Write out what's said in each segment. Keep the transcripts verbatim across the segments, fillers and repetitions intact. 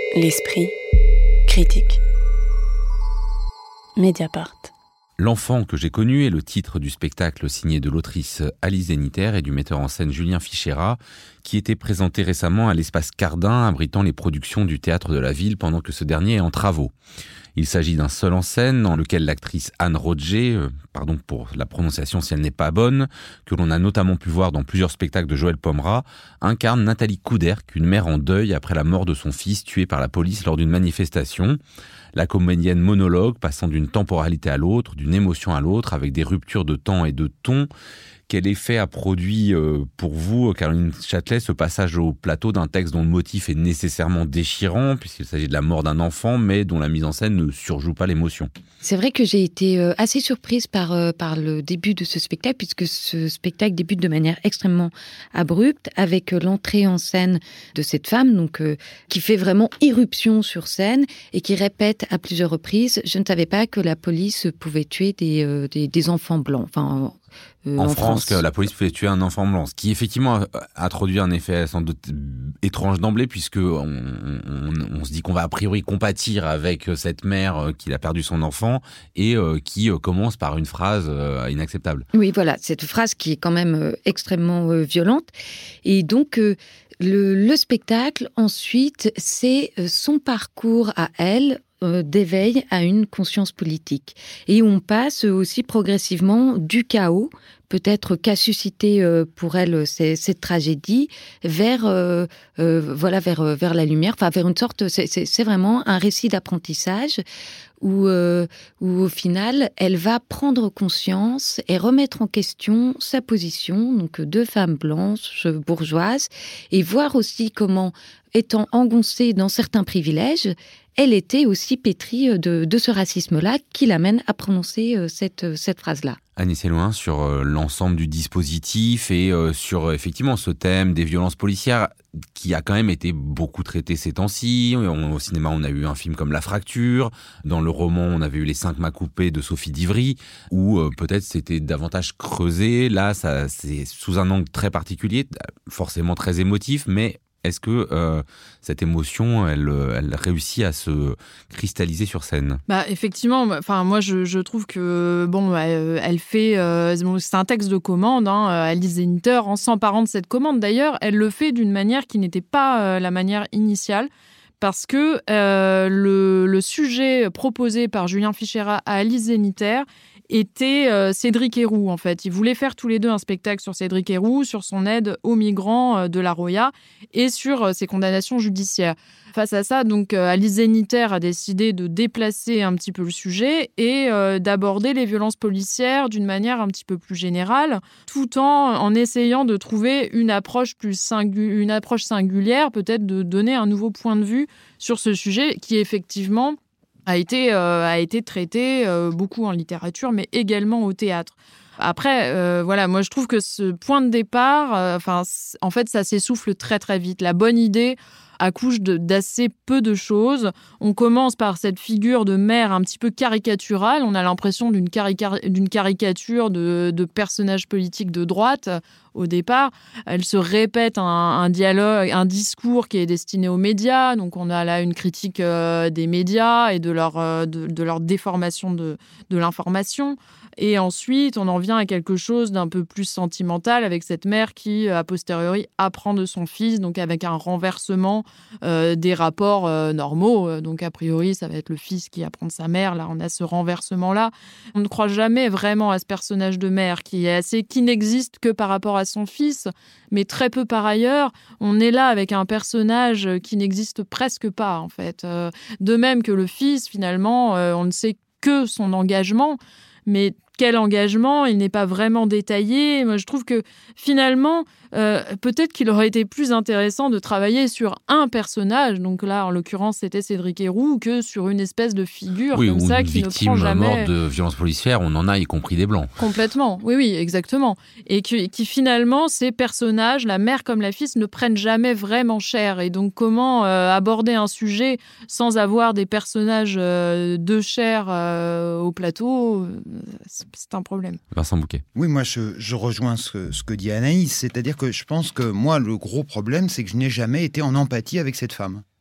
L'esprit critique. Mediapart. L'enfant que j'ai connu est le titre du spectacle signé de l'autrice Alice Zeniter et du metteur en scène Julien Fichera, qui était présenté récemment à l'espace Cardin, abritant les productions du théâtre de la ville pendant que ce dernier est en travaux. Il s'agit d'un seul en scène dans lequel l'actrice Anne Roger, euh, pardon pour la prononciation si elle n'est pas bonne, que l'on a notamment pu voir dans plusieurs spectacles de Joël Pomera, incarne Nathalie Couderc, une mère en deuil après la mort de son fils tué par la police lors d'une manifestation. La comédienne monologue, passant d'une temporalité à l'autre, d'une émotion à l'autre, avec des ruptures de temps et de ton. Quel effet a produit euh, pour vous, Caroline Châtelet, ce passage au plateau d'un texte dont le motif est nécessairement déchirant, puisqu'il s'agit de la mort d'un enfant, mais dont la mise en scène ne surjoue pas l'émotion? C'est vrai que j'ai été euh, assez surprise par, euh, par le début de ce spectacle, puisque ce spectacle débute de manière extrêmement abrupte, avec euh, l'entrée en scène de cette femme, donc euh, qui fait vraiment irruption sur scène, et qui répète à plusieurs reprises « Je ne savais pas que la police pouvait tuer des, euh, des, des enfants blancs ». Enfin, Euh, en, en France, France, que la police pouvait tuer un enfant blanc, ce qui effectivement a, a introduit un effet sans doute étrange d'emblée, puisque on, on, on se dit qu'on va a priori compatir avec cette mère qui a perdu son enfant et euh, qui euh, commence par une phrase euh, inacceptable. Oui, voilà, cette phrase qui est quand même euh, extrêmement euh, violente. Et donc, euh, le, le spectacle, ensuite, c'est euh, son parcours à elle, d'éveil à une conscience politique. Et on passe aussi progressivement du chaos, peut-être qu'a suscité pour elle cette tragédie, vers, euh, euh, voilà, vers, vers la lumière, enfin vers une sorte, c'est, c'est, c'est vraiment un récit d'apprentissage où, euh, où au final, elle va prendre conscience et remettre en question sa position, donc de femme blanche, bourgeoise, et voir aussi comment, étant engoncée dans certains privilèges, elle était aussi pétrie de, de ce racisme-là qui l'amène à prononcer cette, cette phrase-là. Agnès Elouin, sur euh, l'ensemble du dispositif et euh, sur euh, effectivement ce thème des violences policières qui a quand même été beaucoup traité ces temps-ci. On, au cinéma, on a eu un film comme La Fracture. Dans le roman, on avait eu Les Cinq Mâts coupés de Sophie d'Ivry, où euh, peut-être c'était davantage creusé. Là, ça, c'est sous un angle très particulier, forcément très émotif, mais est-ce que euh, cette émotion, elle, elle réussit à se cristalliser sur scène? Bah effectivement, enfin moi je, je trouve que bon, elle, elle fait, euh, c'est un texte de commande. Hein, Alice Zeniter, en s'emparant de cette commande d'ailleurs, elle le fait d'une manière qui n'était pas euh, la manière initiale. Parce que euh, le, le sujet proposé par Julien Fichera à Alice Zeniter était euh, Cédric Herrou, en fait. Ils voulaient faire tous les deux un spectacle sur Cédric Herrou, sur son aide aux migrants euh, de la Roya et sur euh, ses condamnations judiciaires. Face à ça, donc, euh, Alice Zeniter a décidé de déplacer un petit peu le sujet et euh, d'aborder les violences policières d'une manière un petit peu plus générale, tout en, en essayant de trouver une approche, plus singu- une approche singulière, peut-être de donner un nouveau point de vue sur ce sujet qui, effectivement, a été, euh, a été traité euh, beaucoup en littérature, mais également au théâtre. Après, euh, voilà, moi je trouve que ce point de départ, euh, enfin, en fait, ça s'essouffle très très vite. La bonne idée accouche de, d'assez peu de choses. On commence par cette figure de mère un petit peu caricaturale. On a l'impression d'une, carica- d'une caricature de, de personnage politique de droite au départ. Elle se répète un, un dialogue, un discours qui est destiné aux médias. Donc on a là une critique euh, des médias et de leur, euh, de, de leur déformation de, de l'information. Et ensuite, on en vient à quelque chose d'un peu plus sentimental avec cette mère qui, a posteriori, apprend de son fils, donc avec un renversement euh, des rapports euh, normaux. Donc, a priori, ça va être le fils qui apprend de sa mère. Là, on a ce renversement-là. On ne croit jamais vraiment à ce personnage de mère qui est assez, qui n'existe que par rapport à son fils, mais très peu par ailleurs. On est là avec un personnage qui n'existe presque pas, en fait. Euh, de même que le fils, finalement, euh, on ne sait que son engagement, mais quel engagement, il n'est pas vraiment détaillé. Moi, je trouve que finalement, euh, peut-être qu'il aurait été plus intéressant de travailler sur un personnage, donc là, en l'occurrence, c'était Cédric Herrou, que sur une espèce de figure oui, comme ça qui ne prend jamais... Oui, ou une victime morte de violences policières, on en a, y compris des Blancs. Complètement, oui, oui, exactement. Et qui, qui finalement, ces personnages, la mère comme la fille, ne prennent jamais vraiment cher. Et donc, comment euh, aborder un sujet sans avoir des personnages euh, de chair euh, au plateau, c'est, c'est un problème. Vincent Bouquet. Oui, moi, je, je rejoins ce, ce que dit Anaïs, c'est-à-dire que je pense que moi, le gros problème, c'est que je n'ai jamais été en empathie avec cette femme.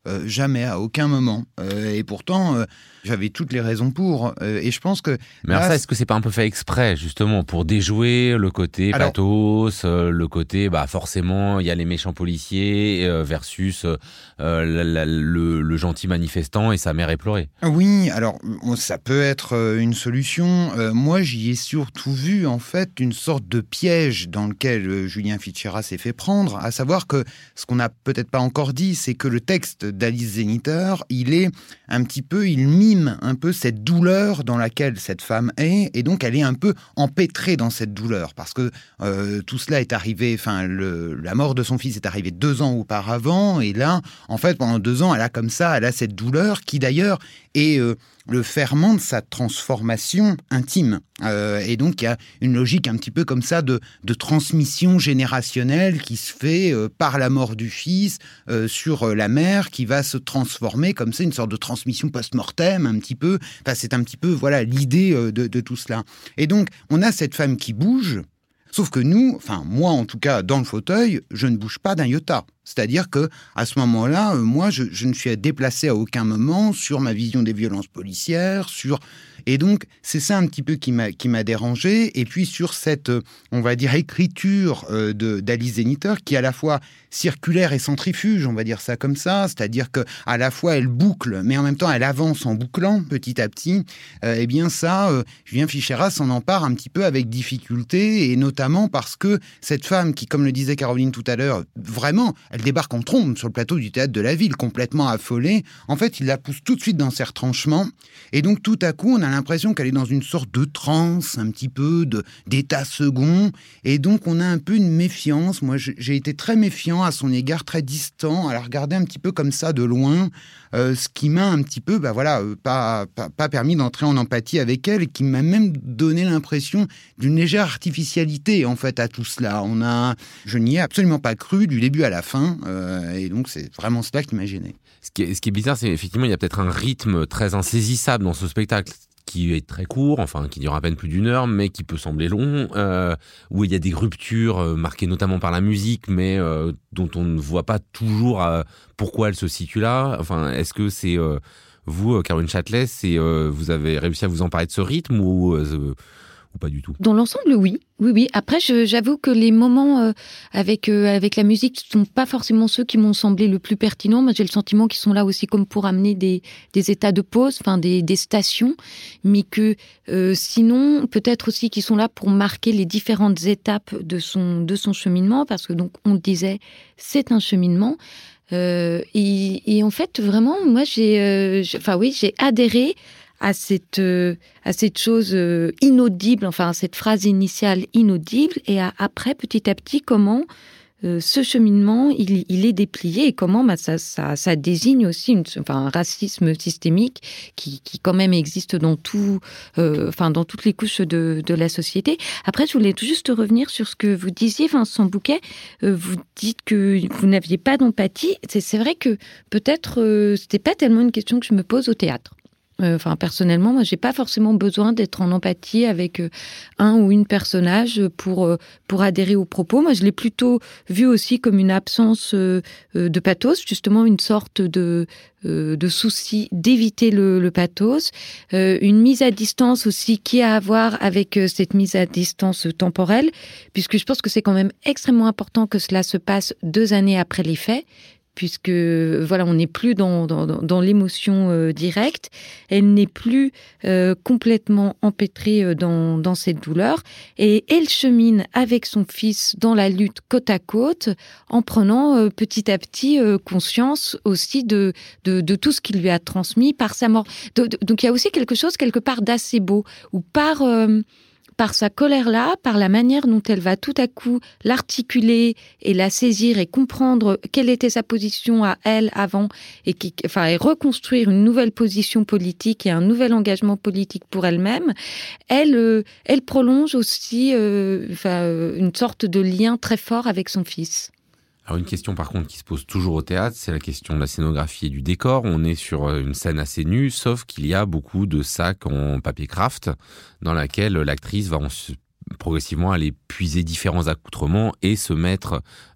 Euh, jamais, à aucun moment. Euh, et pourtant, euh, j'avais toutes les raisons pour. Euh, et je pense que... Mais alors ça, est-ce que c'est pas un peu fait exprès, justement, pour déjouer le côté alors, pathos, euh, le côté, bah forcément, il y a les méchants policiers euh, versus euh, la, la, le, le gentil manifestant et sa mère éplorée? Oui, alors ça peut être une solution. Euh, moi, j'y ai surtout vu, en fait, une sorte de piège dans lequel euh, Julien Fichera s'est fait prendre, à savoir que ce qu'on n'a peut-être pas encore dit, c'est que le texte d'Alice Zeniter, il est un petit peu, il mime un peu cette douleur dans laquelle cette femme est, et donc elle est un peu empêtrée dans cette douleur, parce que euh, tout cela est arrivé, enfin, le, la mort de son fils est arrivée deux ans auparavant, et là, en fait, pendant deux ans, elle a comme ça, elle a cette douleur qui d'ailleurs est euh, le ferment de sa transformation intime. Euh, et donc, il y a une logique un petit peu comme ça de, de transmission générationnelle qui se fait euh, par la mort du fils euh, sur euh, la mère, qui va se transformer comme ça, une sorte de transmission post-mortem un petit peu. Enfin, c'est un petit peu, voilà, l'idée euh, de, de tout cela. Et donc, on a cette femme qui bouge, sauf que nous, enfin, moi en tout cas, dans le fauteuil, je ne bouge pas d'un iota. C'est-à-dire que à ce moment-là, euh, moi, je, je ne suis déplacé à aucun moment sur ma vision des violences policières, sur et donc c'est ça un petit peu qui m'a qui m'a dérangé. Et puis sur cette, euh, on va dire, écriture euh, de d'Alice Zeniter, qui est à la fois circulaire et centrifuge, on va dire ça comme ça. C'est-à-dire que à la fois elle boucle, mais en même temps elle avance en bouclant petit à petit. Euh, eh bien ça, euh, Julien Fichera s'en empare un petit peu avec difficulté, et notamment parce que cette femme qui, comme le disait Caroline tout à l'heure, vraiment elle débarque en trombe sur le plateau du Théâtre de la Ville, complètement affolée. En fait, il la pousse tout de suite dans ses retranchements. Et donc, tout à coup, on a l'impression qu'elle est dans une sorte de transe, un petit peu de, d'état second. Et donc, on a un peu une méfiance. Moi, j'ai été très méfiant à son égard, très distant, à la regarder un petit peu comme ça, de loin. Euh, ce qui m'a un petit peu, bah voilà, euh, pas, pas, pas permis d'entrer en empathie avec elle, et qui m'a même donné l'impression d'une légère artificialité, en fait, à tout cela. On a, je n'y ai absolument pas cru du début à la fin, euh, et donc c'est vraiment cela qui m'a gêné. Ce qui est, ce qui est bizarre, c'est effectivement, il y a peut-être un rythme très insaisissable dans ce spectacle, qui est très court, enfin qui dure à peine plus d'une heure, mais qui peut sembler long, euh, où il y a des ruptures euh, marquées notamment par la musique, mais euh, dont on ne voit pas toujours euh, pourquoi elle se situe là. Enfin, est-ce que c'est euh, vous, Caroline Châtelet, c'est euh, vous avez réussi à vous emparer de ce rythme ou euh, ou pas du tout? Dans l'ensemble, oui. Oui, oui. Après, je, j'avoue que les moments euh, avec, euh, avec la musique ne sont pas forcément ceux qui m'ont semblé le plus pertinents. Moi, j'ai le sentiment qu'ils sont là aussi comme pour amener des, des états de pause, enfin des, des stations, mais que euh, sinon, peut-être aussi qu'ils sont là pour marquer les différentes étapes de son, de son cheminement, parce que donc, on le disait, c'est un cheminement. Euh, et, et en fait, vraiment, moi, j'ai, euh, enfin oui, j'ai adhéré à cette, euh, à cette chose euh, inaudible, enfin à cette phrase initiale inaudible, et à, après, petit à petit, comment euh, ce cheminement, il, il est déplié, et comment bah, ça, ça, ça désigne aussi une, enfin, un racisme systémique qui, qui quand même existe dans, tout, euh, enfin, dans toutes les couches de, de la société. Après, je voulais juste revenir sur ce que vous disiez, Vincent Bouquet. Euh, vous dites que vous n'aviez pas d'empathie. C'est, c'est vrai que peut-être euh, c'était pas tellement une question que je me pose au théâtre. Enfin, personnellement, moi, j'ai pas forcément besoin d'être en empathie avec un ou une personnage pour pour adhérer aux propos. Moi, je l'ai plutôt vu aussi comme une absence de pathos, justement une sorte de de souci d'éviter le, le pathos, une mise à distance aussi qui a à voir avec cette mise à distance temporelle, puisque je pense que c'est quand même extrêmement important que cela se passe deux années après les faits, puisque voilà, on n'est plus dans, dans, dans l'émotion euh, directe, elle n'est plus euh, complètement empêtrée dans, dans cette douleur, et elle chemine avec son fils dans la lutte côte à côte, en prenant euh, petit à petit euh, conscience aussi de, de, de tout ce qu'il lui a transmis par sa mort. De, de, donc il y a aussi quelque chose quelque part d'assez beau, où par... Euh, par sa colère-là, par la manière dont elle va tout à coup l'articuler et la saisir et comprendre quelle était sa position à elle avant, et, qui, enfin, et reconstruire une nouvelle position politique et un nouvel engagement politique pour elle-même, elle, euh, elle prolonge aussi euh, enfin, une sorte de lien très fort avec son fils. Alors une question par contre qui se pose toujours au théâtre, c'est la question de la scénographie et du décor. On est sur une scène assez nue, sauf qu'il y a beaucoup de sacs en papier craft dans laquelle l'actrice va en, progressivement aller puiser différents accoutrements et se mettre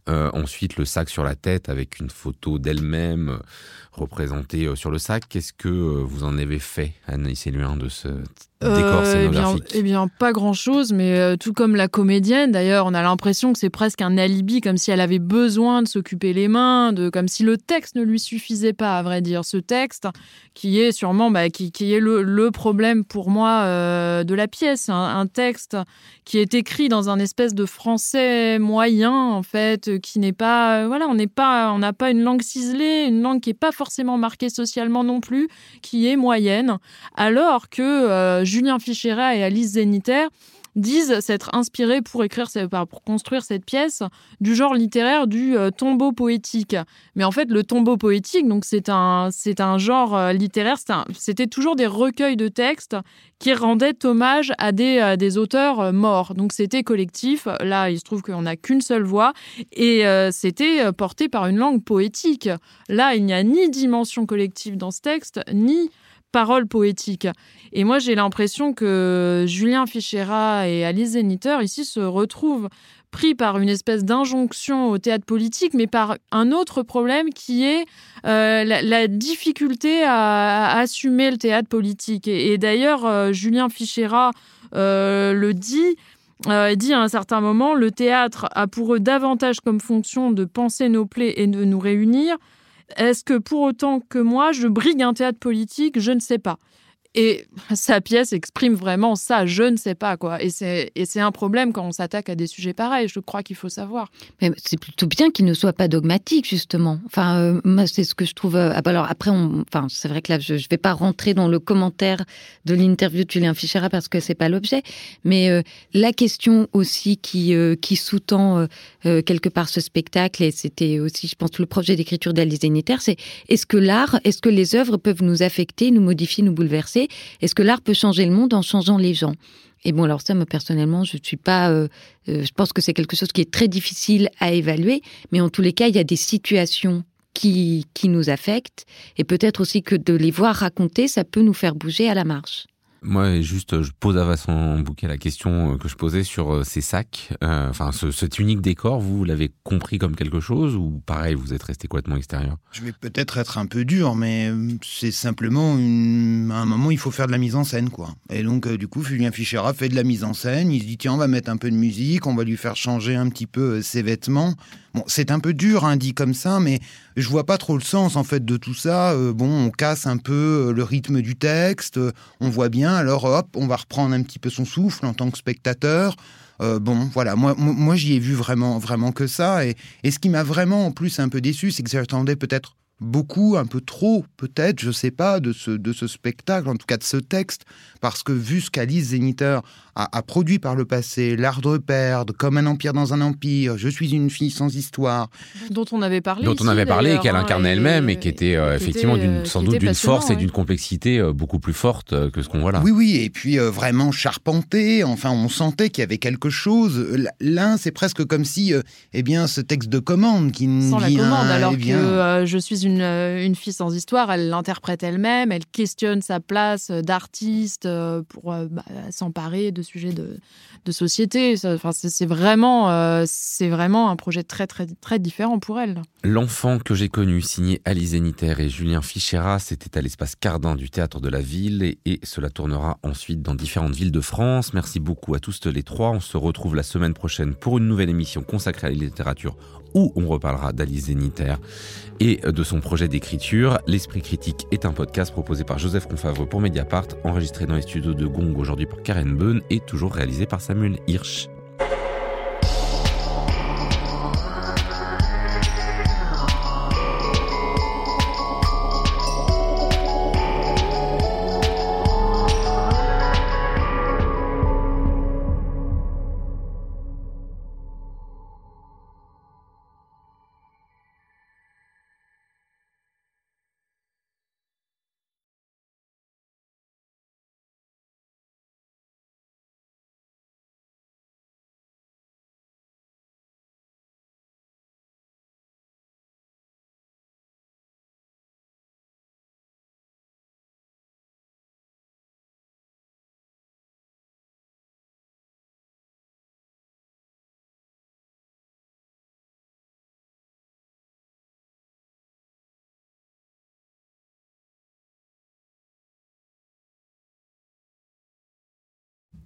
Euh, ensuite, le sac sur la tête avec une photo d'elle-même euh, représentée euh, sur le sac. Qu'est-ce que euh, vous en avez fait, Anaïs Héluin, de ce décor Euh, scénographique? Eh bien, eh bien, pas grand-chose, mais euh, tout comme la comédienne, d'ailleurs, on a l'impression que c'est presque un alibi, comme si elle avait besoin de s'occuper les mains, de, comme si le texte ne lui suffisait pas, à vrai dire. Ce texte, qui est sûrement, bah, qui, qui est le, le problème pour moi euh, de la pièce, un, un texte qui est écrit dans un espèce de français moyen, en fait, qui n'est pas, euh, voilà, on n'est pas, on n'a pas une langue ciselée, une langue qui est pas forcément marquée socialement non plus, qui est moyenne, alors que euh, Julien Fichera et Alice Zeniter disent s'être inspirés pour écrire, pour construire cette pièce du genre littéraire du euh, tombeau poétique. Mais en fait, le tombeau poétique, donc c'est un, c'est un genre euh, littéraire, c'est un, c'était toujours des recueils de textes qui rendaient hommage à des, à des auteurs euh, morts. Donc c'était collectif. Là, il se trouve qu'on n'a qu'une seule voix et euh, c'était porté par une langue poétique. Là, il n'y a ni dimension collective dans ce texte, ni paroles poétiques. Et moi, j'ai l'impression que Julien Fichera et Alice Zeniter, ici, se retrouvent pris par une espèce d'injonction au théâtre politique, mais par un autre problème qui est euh, la, la difficulté à, à assumer le théâtre politique. Et, et d'ailleurs, euh, Julien Fichera euh, le dit, euh, il dit à un certain moment, le théâtre a pour eux davantage comme fonction de penser nos plaies et de nous réunir. Est-ce que pour autant que moi, je brigue un théâtre politique? Je ne sais pas. Et sa pièce exprime vraiment ça, je ne sais pas, quoi. Et c'est, et c'est un problème quand on s'attaque à des sujets pareils, je crois qu'il faut savoir. Mais c'est plutôt bien qu'il ne soit pas dogmatique, justement. Enfin, euh, moi, c'est ce que je trouve... Euh, alors après, on, enfin, c'est vrai que là, je ne vais pas rentrer dans le commentaire de l'interview de Julien Fichera parce que ce n'est pas l'objet. Mais euh, la question aussi qui, euh, qui sous-tend euh, euh, quelque part ce spectacle, et c'était aussi, je pense, le projet d'écriture d'Alice Zeniter, c'est est-ce que l'art, est-ce que les œuvres peuvent nous affecter, nous modifier, nous bouleverser? Est-ce que l'art peut changer le monde en changeant les gens? Et bon, alors ça, moi, personnellement, je suis pas... Euh, euh, je pense que c'est quelque chose qui est très difficile à évaluer, mais en tous les cas, il y a des situations qui, qui nous affectent, et peut-être aussi que de les voir raconter, ça peut nous faire bouger à la marche. Moi, juste, je pose à Vincent Bouquet la question que je posais sur ces sacs. Euh, enfin, ce, cet unique décor, vous l'avez compris comme quelque chose ou pareil, vous êtes resté complètement extérieur? Je vais peut-être être un peu dur, mais c'est simplement une... à un moment, il faut faire de la mise en scène, quoi. Et donc, euh, du coup, Julien Fichera fait de la mise en scène. Il se dit, tiens, on va mettre un peu de musique, on va lui faire changer un petit peu euh, ses vêtements. Bon, c'est un peu dur, hein, dit comme ça, mais je vois pas trop le sens, en fait, de tout ça. Euh, bon, on casse un peu le rythme du texte, euh, on voit bien, alors hop, on va reprendre un petit peu son souffle en tant que spectateur. Euh, bon, voilà, moi, moi j'y ai vu vraiment, vraiment que ça. Et, et ce qui m'a vraiment, en plus, un peu déçu, c'est que j'attendais peut-être beaucoup, un peu trop, peut-être, je sais pas, de ce, de ce spectacle, en tout cas de ce texte, parce que vu ce qu'Alice Zeniter a, a produit par le passé, L'art de perdre, Comme un empire dans un empire, Je suis une fille sans histoire, dont on avait parlé, dont ici, on avait parlé et qu'elle hein, incarnait et, elle-même et qui était euh, qui effectivement était, d'une, sans doute d'une force et d'une ouais. complexité euh, beaucoup plus forte euh, que ce qu'on voit là. Oui, oui, et puis euh, vraiment charpenté. Enfin, on sentait qu'il y avait quelque chose. L'un, c'est presque comme si, euh, eh bien, ce texte de commande qui sans vient, la commande, alors eh bien... que euh, Je suis une, une fille sans histoire, elle l'interprète elle-même, elle questionne sa place d'artiste euh, pour euh, bah, s'emparer de sujets de, de société. Enfin, c'est, c'est vraiment, euh, c'est vraiment un projet très, très, très différent pour elle. L'enfant que j'ai connu, signé Alice Zeniter et Julien Fichera, c'était à l'espace Cardin du Théâtre de la Ville et, et cela tournera ensuite dans différentes villes de France. Merci beaucoup à tous les trois. On se retrouve la semaine prochaine pour une nouvelle émission consacrée à la littérature où on reparlera d'Alice Zeniter et de son projet d'écriture. L'Esprit critique est un podcast proposé par Joseph Confavreux pour Mediapart, enregistré dans les studios de Gong aujourd'hui par Karen Beun et toujours réalisé par Samuel Hirsch.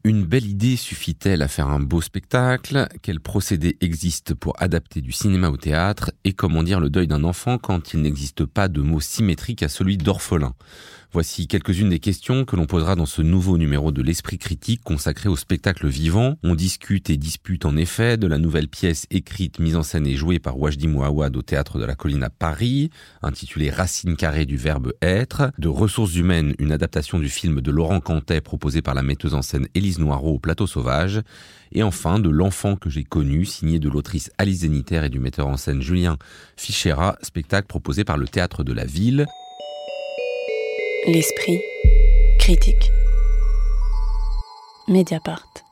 Une belle idée suffit-elle à faire un beau spectacle ? Quels procédés existent pour adapter du cinéma au théâtre ? Et comment dire le deuil d'un enfant quand il n'existe pas de mot symétrique à celui d'orphelin ? Voici quelques-unes des questions que l'on posera dans ce nouveau numéro de l'Esprit critique consacré au spectacle vivant. On discute et dispute en effet de la nouvelle pièce écrite, mise en scène et jouée par Wajdi Mouawad au Théâtre de la Colline à Paris, intitulée Racine carrée du verbe être, de Ressources humaines, une adaptation du film de Laurent Cantet proposé par la metteuse en scène Élise Noireau au Plateau Sauvage, et enfin de L'enfant que j'ai connu, signé de l'autrice Alice Zeniter et du metteur en scène Julien Fichera, spectacle proposé par le Théâtre de la Ville. L'Esprit critique. Mediapart.